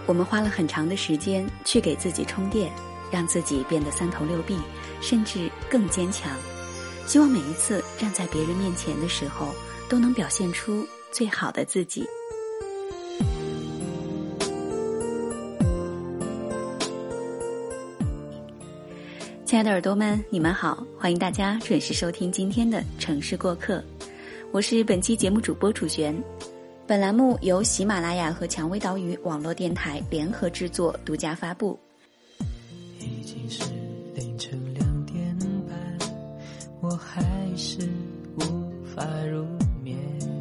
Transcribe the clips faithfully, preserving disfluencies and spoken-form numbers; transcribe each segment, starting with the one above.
我们花了很长的时间去给自己充电，让自己变得三头六臂，甚至更坚强。希望每一次站在别人面前的时候，都能表现出最好的自己。亲爱的耳朵们，你们好，欢迎大家准时收听今天的城市过客，我是本期节目主播楚璇。本栏目由喜马拉雅和蔷薇岛屿网络电台联合制作，独家发布。 已经是凌晨两点半，我还是无法入眠，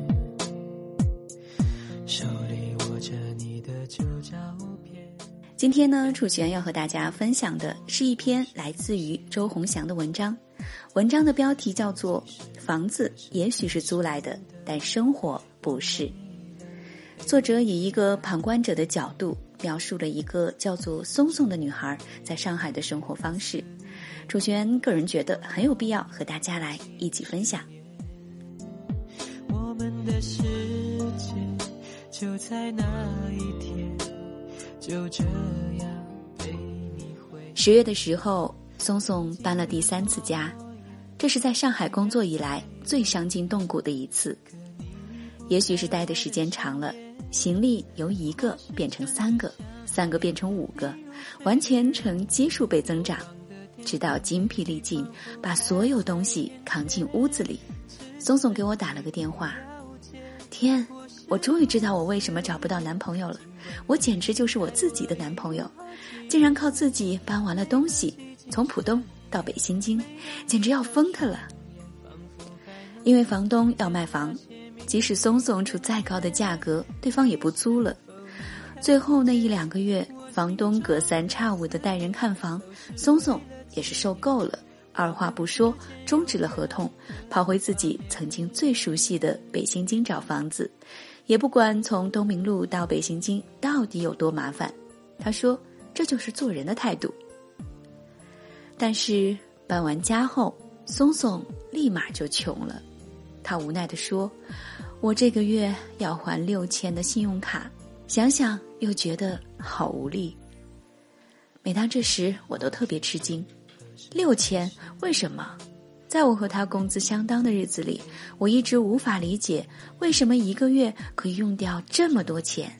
手里握着你的旧照片。 今天呢，楚璇要和大家分享的是一篇来自于周鸿祥的文章，文章的标题叫做《房子也许是租来的，但生活不是》。作者以一个旁观者的角度描述了一个叫做松松的女孩在上海的生活方式。楚璇个人觉得很有必要和大家来一起分享。 我们的世界就在那一天，就这样被你回。 十月的时候，松松搬了第三次家，这是在上海工作以来最伤筋动骨的一次。也许是待的时间长了，行李由一个变成三个，三个变成五个，完全呈基数倍增长，直到精疲力尽，把所有东西扛进屋子里。松松给我打了个电话，天，我终于知道我为什么找不到男朋友了，我简直就是我自己的男朋友，竟然靠自己搬完了东西，从浦东到北新泾，简直要疯他了。因为房东要卖房，即使松松出再高的价格，对方也不租了。最后那一两个月，房东隔三差五的带人看房，松松也是受够了，二话不说终止了合同，跑回自己曾经最熟悉的北新泾找房子，也不管从东明路到北新泾到底有多麻烦。他说这就是做人的态度。但是搬完家后，松松立马就穷了。他无奈地说，我这个月要还六千的信用卡，想想又觉得好无力。每当这时我都特别吃惊，六千？为什么？在我和他工资相当的日子里，我一直无法理解为什么一个月可以用掉这么多钱。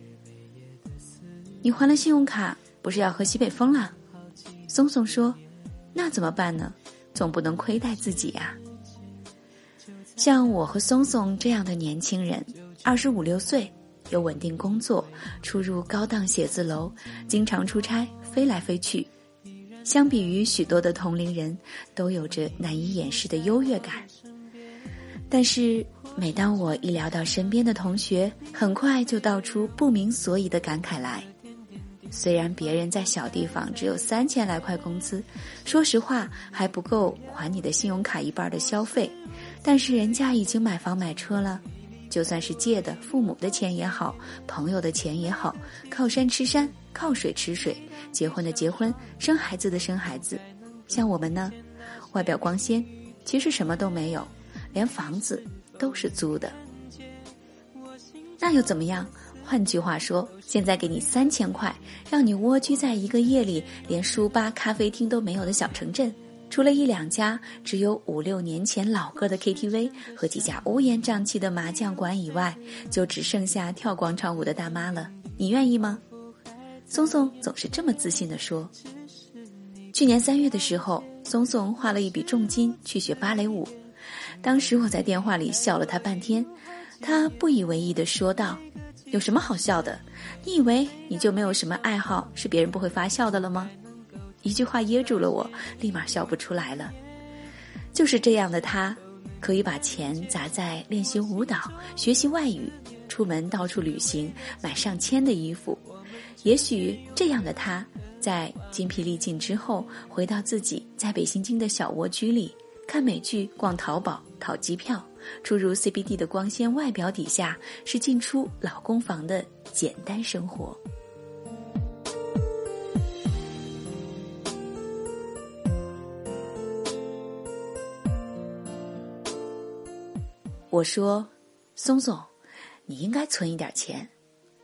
你还了信用卡，不是要喝西北风了？松松说，那怎么办呢？总不能亏待自己呀。像我和松松这样的年轻人，二十五六岁，有稳定工作，出入高档写字楼，经常出差，飞来飞去。相比于许多的同龄人，都有着难以掩饰的优越感。但是每当我一聊到身边的同学，很快就道出不明所以的感慨来。虽然别人在小地方只有三千来块工资，说实话还不够还你的信用卡一半的消费，但是人家已经买房买车了，就算是借的父母的钱也好，朋友的钱也好，靠山吃山，靠水吃水，结婚的结婚，生孩子的生孩子。像我们呢，外表光鲜，其实什么都没有，连房子都是租的。那又怎么样？换句话说，现在给你三千块，让你蜗居在一个夜里连书吧、咖啡厅都没有的小城镇，除了一两家只有五六年前老歌的 K T V 和几家乌烟瘴气的麻将馆以外，就只剩下跳广场舞的大妈了。你愿意吗？松松总是这么自信地说。去年三月的时候，松松花了一笔重金去学芭蕾舞。当时我在电话里笑了他半天，他不以为意地说道，有什么好笑的？你以为你就没有什么爱好是别人不会发笑的了吗？一句话噎住了我，立马笑不出来了。就是这样的他，可以把钱砸在练习舞蹈、学习外语、出门到处旅行，买上千的衣服。也许这样的他，在精疲力尽之后，回到自己在北新泾的小蜗居里，看美剧、逛淘宝、淘机票，出入 C B D 的光鲜外表底下，是进出老公房的简单生活。我说，松松，你应该存一点钱。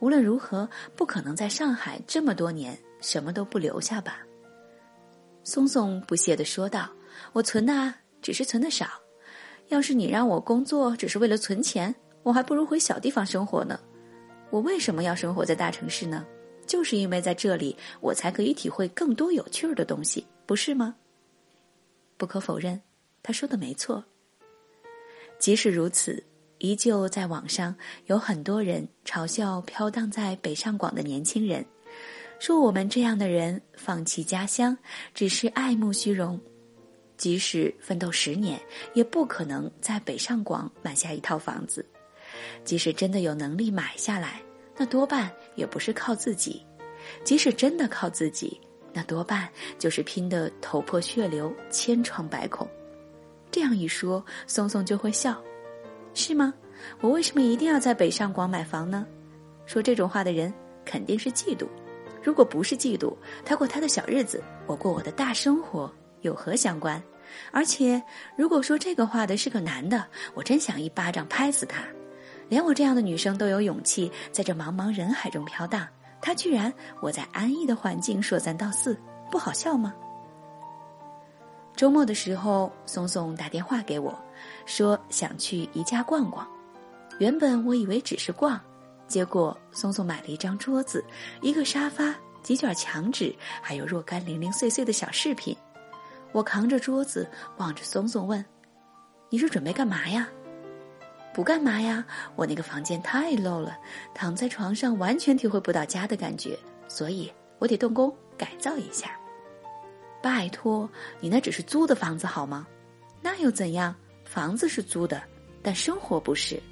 无论如何不可能在上海这么多年什么都不留下吧。松松不屑地说道，我存的啊，只是存的少。要是你让我工作只是为了存钱，我还不如回小地方生活呢。我为什么要生活在大城市呢？就是因为在这里我才可以体会更多有趣的东西，不是吗？不可否认，他说的没错。即使如此，依旧在网上有很多人嘲笑飘荡在北上广的年轻人，说我们这样的人放弃家乡只是爱慕虚荣，即使奋斗十年也不可能在北上广买下一套房子，即使真的有能力买下来，那多半也不是靠自己，即使真的靠自己，那多半就是拼得头破血流，千疮百孔。这样一说，松松就会笑，是吗？我为什么一定要在北上广买房呢？说这种话的人肯定是嫉妒，如果不是嫉妒，他过他的小日子，我过我的大生活，有何相关？而且如果说这个话的是个男的，我真想一巴掌拍死他。连我这样的女生都有勇气在这茫茫人海中飘荡，他居然我在安逸的环境说三道四，不好笑吗？周末的时候，松松打电话给我，说想去宜家逛逛。原本我以为只是逛，结果松松买了一张桌子，一个沙发，几卷墙纸，还有若干零零碎碎的小饰品。我扛着桌子望着松松问，你是准备干嘛呀？不干嘛呀，我那个房间太 low 了，躺在床上完全体会不到家的感觉，所以我得动工改造一下。拜托，你那只是租的房子好吗？那又怎样？房子是租的，但生活不是。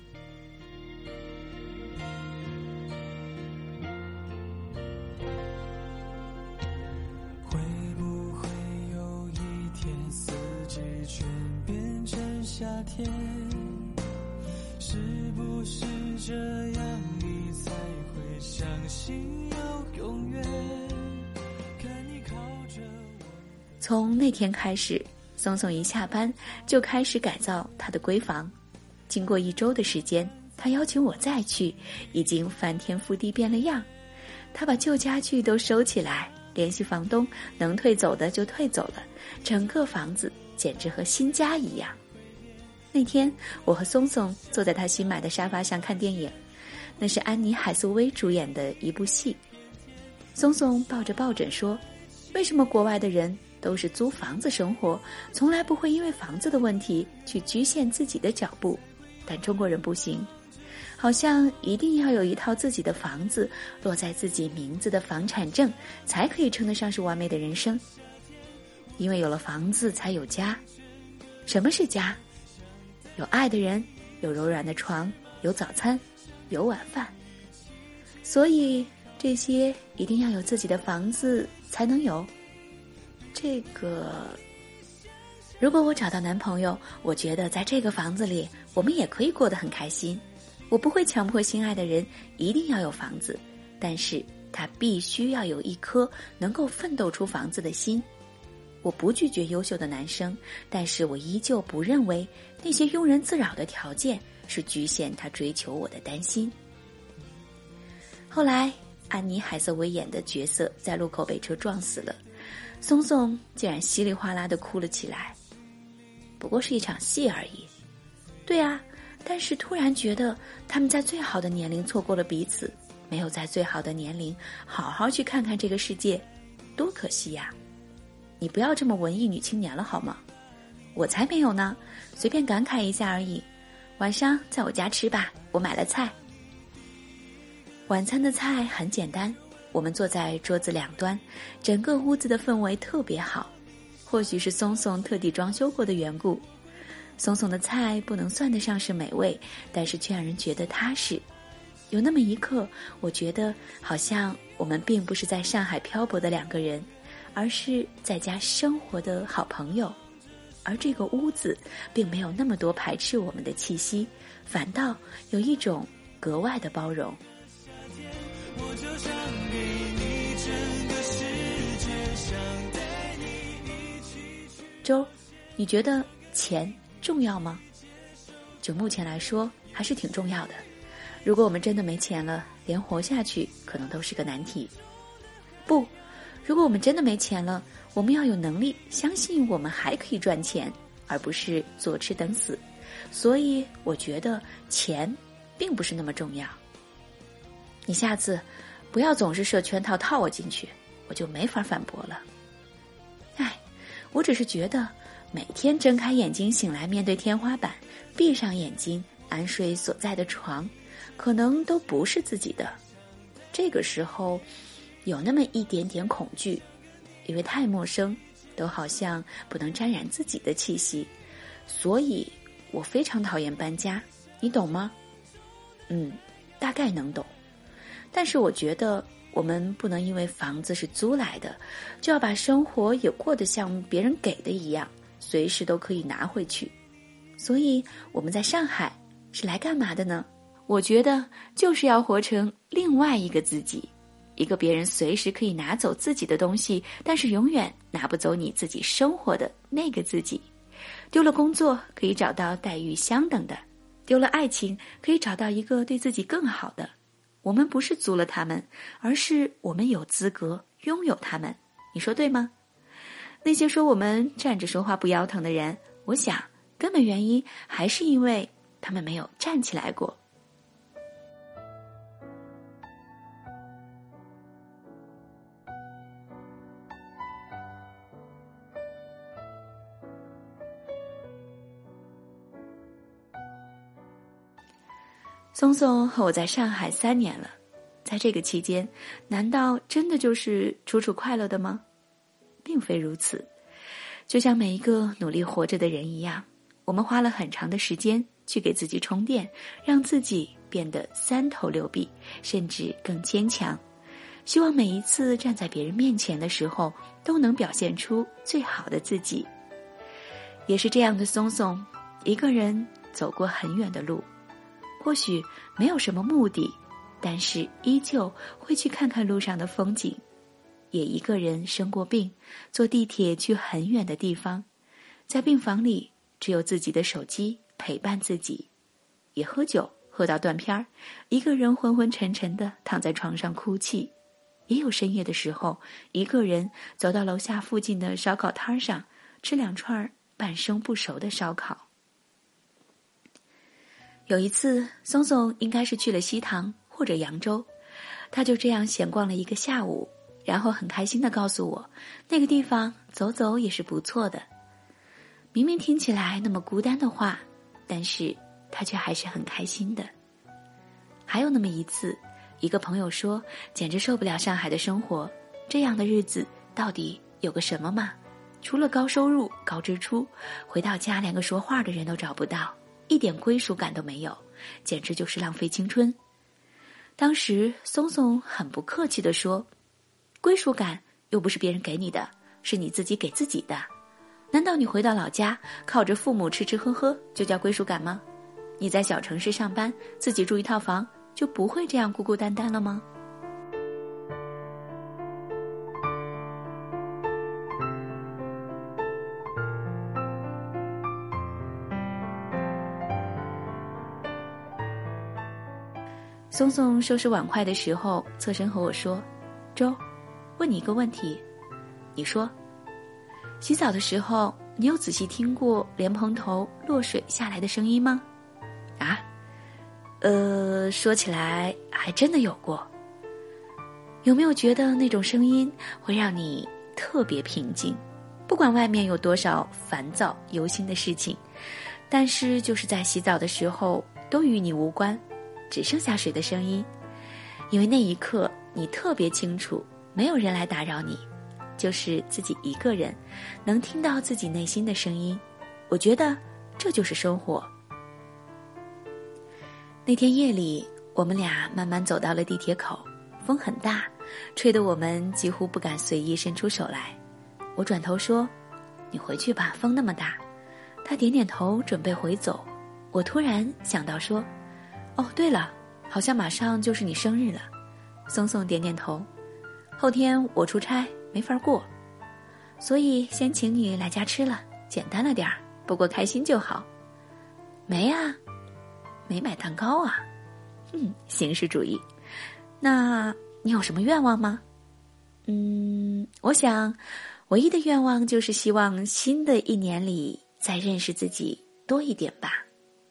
会不会有一天四季全变成夏天？是不是这样你才会相信有永远？看你靠着我。 从那天开始，松松一下班就开始改造他的闺房。经过一周的时间，他邀请我再去，已经翻天覆地变了样。他把旧家具都收起来，联系房东，能退走的就退走了，整个房子简直和新家一样。那天我和松松坐在他新买的沙发上看电影，那是安妮海瑟薇主演的一部戏。松松抱着抱枕说，为什么国外的人都是租房子生活，从来不会因为房子的问题去局限自己的脚步，但中国人不行，好像一定要有一套自己的房子，落在自己名字的房产证，才可以称得上是完美的人生。因为有了房子才有家。什么是家？有爱的人，有柔软的床，有早餐，有晚饭。所以这些一定要有自己的房子才能有。这个，如果我找到男朋友，我觉得在这个房子里我们也可以过得很开心。我不会强迫心爱的人一定要有房子，但是他必须要有一颗能够奋斗出房子的心。我不拒绝优秀的男生，但是我依旧不认为那些庸人自扰的条件是局限他追求我的担心。后来安妮海瑟薇演的角色在路口被车撞死了，松松竟然稀里哗啦地哭了起来。不过是一场戏而已。对啊，但是突然觉得他们在最好的年龄错过了彼此，没有在最好的年龄好好去看看这个世界，多可惜呀！你不要这么文艺女青年了好吗？我才没有呢，随便感慨一下而已。晚上在我家吃吧，我买了菜。晚餐的菜很简单，我们坐在桌子两端，整个屋子的氛围特别好。或许是松松特地装修过的缘故，松松的菜不能算得上是美味，但是却让人觉得踏实。有那么一刻，我觉得好像我们并不是在上海漂泊的两个人，而是在家生活的好朋友。而这个屋子并没有那么多排斥我们的气息，反倒有一种格外的包容。 我就想给你整个世界，想带你一起去。 周，你觉得钱重要吗？就目前来说还是挺重要的， 如果我们真的没钱了，连活下去可能都是个难题。不，如果我们真的没钱了，我们要有能力相信我们还可以赚钱，而不是坐吃等死。所以我觉得钱并不是那么重要。你下次不要总是设圈套套我进去，我就没法反驳了。唉，我只是觉得每天睁开眼睛醒来面对天花板，闭上眼睛安睡所在的床，可能都不是自己的。这个时候有那么一点点恐惧，因为太陌生，都好像不能沾染自己的气息，所以我非常讨厌搬家，你懂吗？嗯，大概能懂。但是我觉得我们不能因为房子是租来的，就要把生活也过得像别人给的一样，随时都可以拿回去。所以我们在上海是来干嘛的呢？我觉得就是要活成另外一个自己，一个别人随时可以拿走自己的东西，但是永远拿不走你自己生活的那个自己。丢了工作可以找到待遇相等的，丢了爱情可以找到一个对自己更好的。我们不是租了他们，而是我们有资格拥有他们。你说对吗？那些说我们站着说话不腰疼的人，我想根本原因还是因为他们没有站起来过。松松和我在上海三年了，在这个期间，难道真的就是楚楚快乐的吗？并非如此。就像每一个努力活着的人一样，我们花了很长的时间去给自己充电，让自己变得三头六臂，甚至更坚强。希望每一次站在别人面前的时候，都能表现出最好的自己。也是这样的松松，一个人走过很远的路，或许没有什么目的，但是依旧会去看看路上的风景。也一个人生过病，坐地铁去很远的地方，在病房里只有自己的手机陪伴自己。也喝酒喝到断片儿，一个人昏昏沉沉地躺在床上哭泣。也有深夜的时候，一个人走到楼下附近的烧烤摊上，吃两串半生不熟的烧烤。有一次，松松应该是去了西塘或者扬州，他就这样闲逛了一个下午，然后很开心地告诉我，那个地方走走也是不错的。明明听起来那么孤单的话，但是他却还是很开心的。还有那么一次，一个朋友说，简直受不了上海的生活，这样的日子到底有个什么嘛？除了高收入、高支出，回到家连个说话的人都找不到，一点归属感都没有，简直就是浪费青春。当时松松很不客气地说，归属感又不是别人给你的，是你自己给自己的。难道你回到老家靠着父母吃吃喝喝就叫归属感吗？你在小城市上班，自己住一套房，就不会这样孤孤单单了吗？松松收拾碗筷的时候，侧身和我说，周，问你一个问题，你说，洗澡的时候你有仔细听过莲蓬头落水下来的声音吗？啊，呃，说起来还真的有过。有没有觉得那种声音会让你特别平静？不管外面有多少烦躁忧心的事情，但是就是在洗澡的时候都与你无关，只剩下水的声音。因为那一刻你特别清楚，没有人来打扰你，就是自己一个人能听到自己内心的声音。我觉得这就是生活。那天夜里，我们俩慢慢走到了地铁口，风很大，吹得我们几乎不敢随意伸出手来。我转头说，你回去吧，风那么大。他点点头准备回走。我突然想到说，哦对了，好像马上就是你生日了。松松点点头，后天我出差没法过，所以先请你来家吃了，简单了点儿，不过开心就好。没啊，没买蛋糕啊。 嗯，形式主义。那你有什么愿望吗？嗯，我想唯一的愿望就是希望新的一年里再认识自己多一点吧。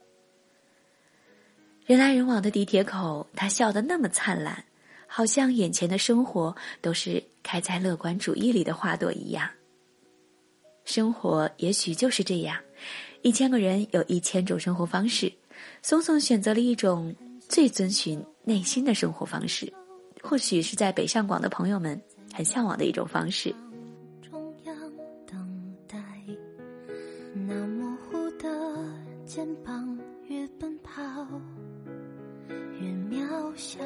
人来人往的地铁口，他笑得那么灿烂，好像眼前的生活都是开在乐观主义里的花朵一样。生活也许就是这样，一千个人有一千种生活方式，松松选择了一种最遵循内心的生活方式，或许是在北上广的朋友们很向往的一种方式。 中央等待，那模糊的肩膀越奔跑越渺小，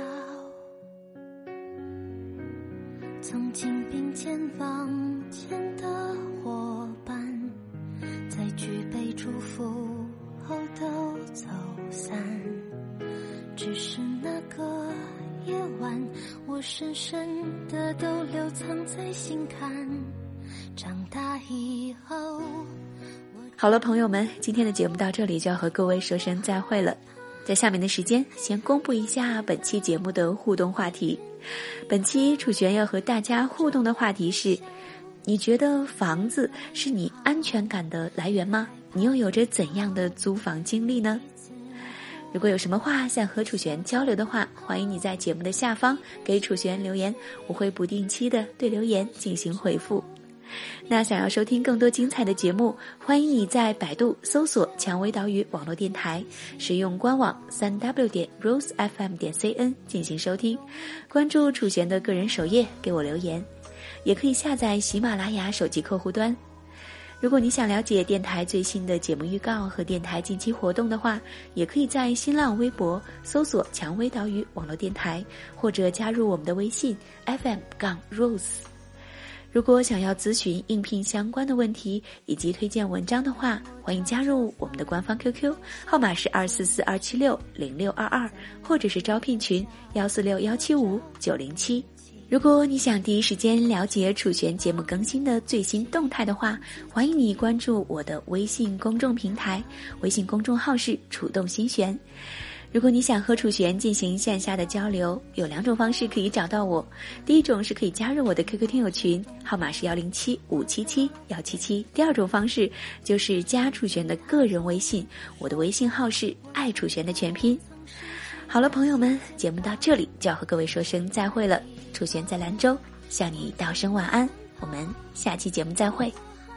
曾经并肩往前的伙伴，在举杯祝福后都走散，只是那个夜晚，我深深的都留藏在心坎。长大以后， 好了，朋友们，今天的节目到这里就要和各位说声再会了。在下面的时间，先公布一下本期节目的互动话题。本期楚璇要和大家互动的话题是：你觉得房子是你安全感的来源吗？你又有着怎样的租房经历呢？如果有什么话想和楚璇交流的话，欢迎你在节目的下方给楚璇留言，我会不定期的对留言进行回复。那想要收听更多精彩的节目，欢迎你在百度搜索蔷薇岛屿网络电台，使用官网 三 w 点 rose f m 点 c n 进行收听，关注楚璇的个人首页给我留言，也可以下载喜马拉雅手机客户端。如果你想了解电台最新的节目预告和电台近期活动的话，也可以在新浪微博搜索蔷薇岛屿网络电台，或者加入我们的微信 F M 杠 Rose。如果想要咨询应聘相关的问题以及推荐文章的话，欢迎加入我们的官方 Q Q， 号码是二四四二七六零六二二，或者是招聘群幺四六幺七五九零七。如果你想第一时间了解楚璇节目更新的最新动态的话，欢迎你关注我的微信公众平台，微信公众号是楚动心弦。如果你想和楚璇进行线下的交流，有两种方式可以找到我。第一种是可以加入我的 Q Q 听友群，号码是幺零七五七七幺七七。第二种方式就是加楚璇的个人微信，我的微信号是爱楚璇的全拼。好了，朋友们，节目到这里就要和各位说声再会了。楚璇在兰州向你道声晚安，我们下期节目再会。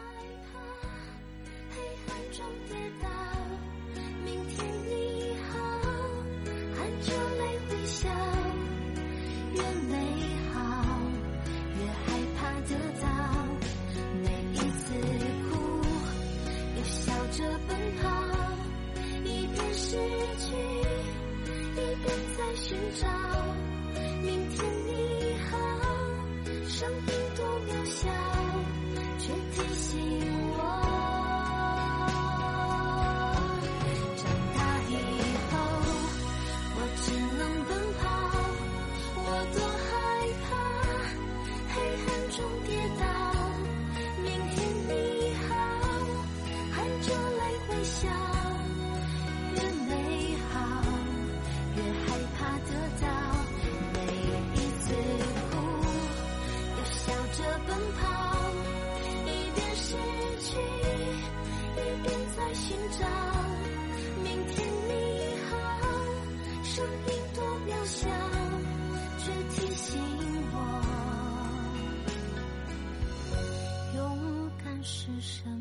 寻找明天你好，生命多渺小，却提醒我，长大以后我只能奔跑，我多害怕黑暗中跌倒，明天你好，含着泪微笑，越美好越害怕得到，每一次哭又笑着奔跑，一边失去一边在寻找，明天你好，生命多渺小，却提醒我，勇敢是什么。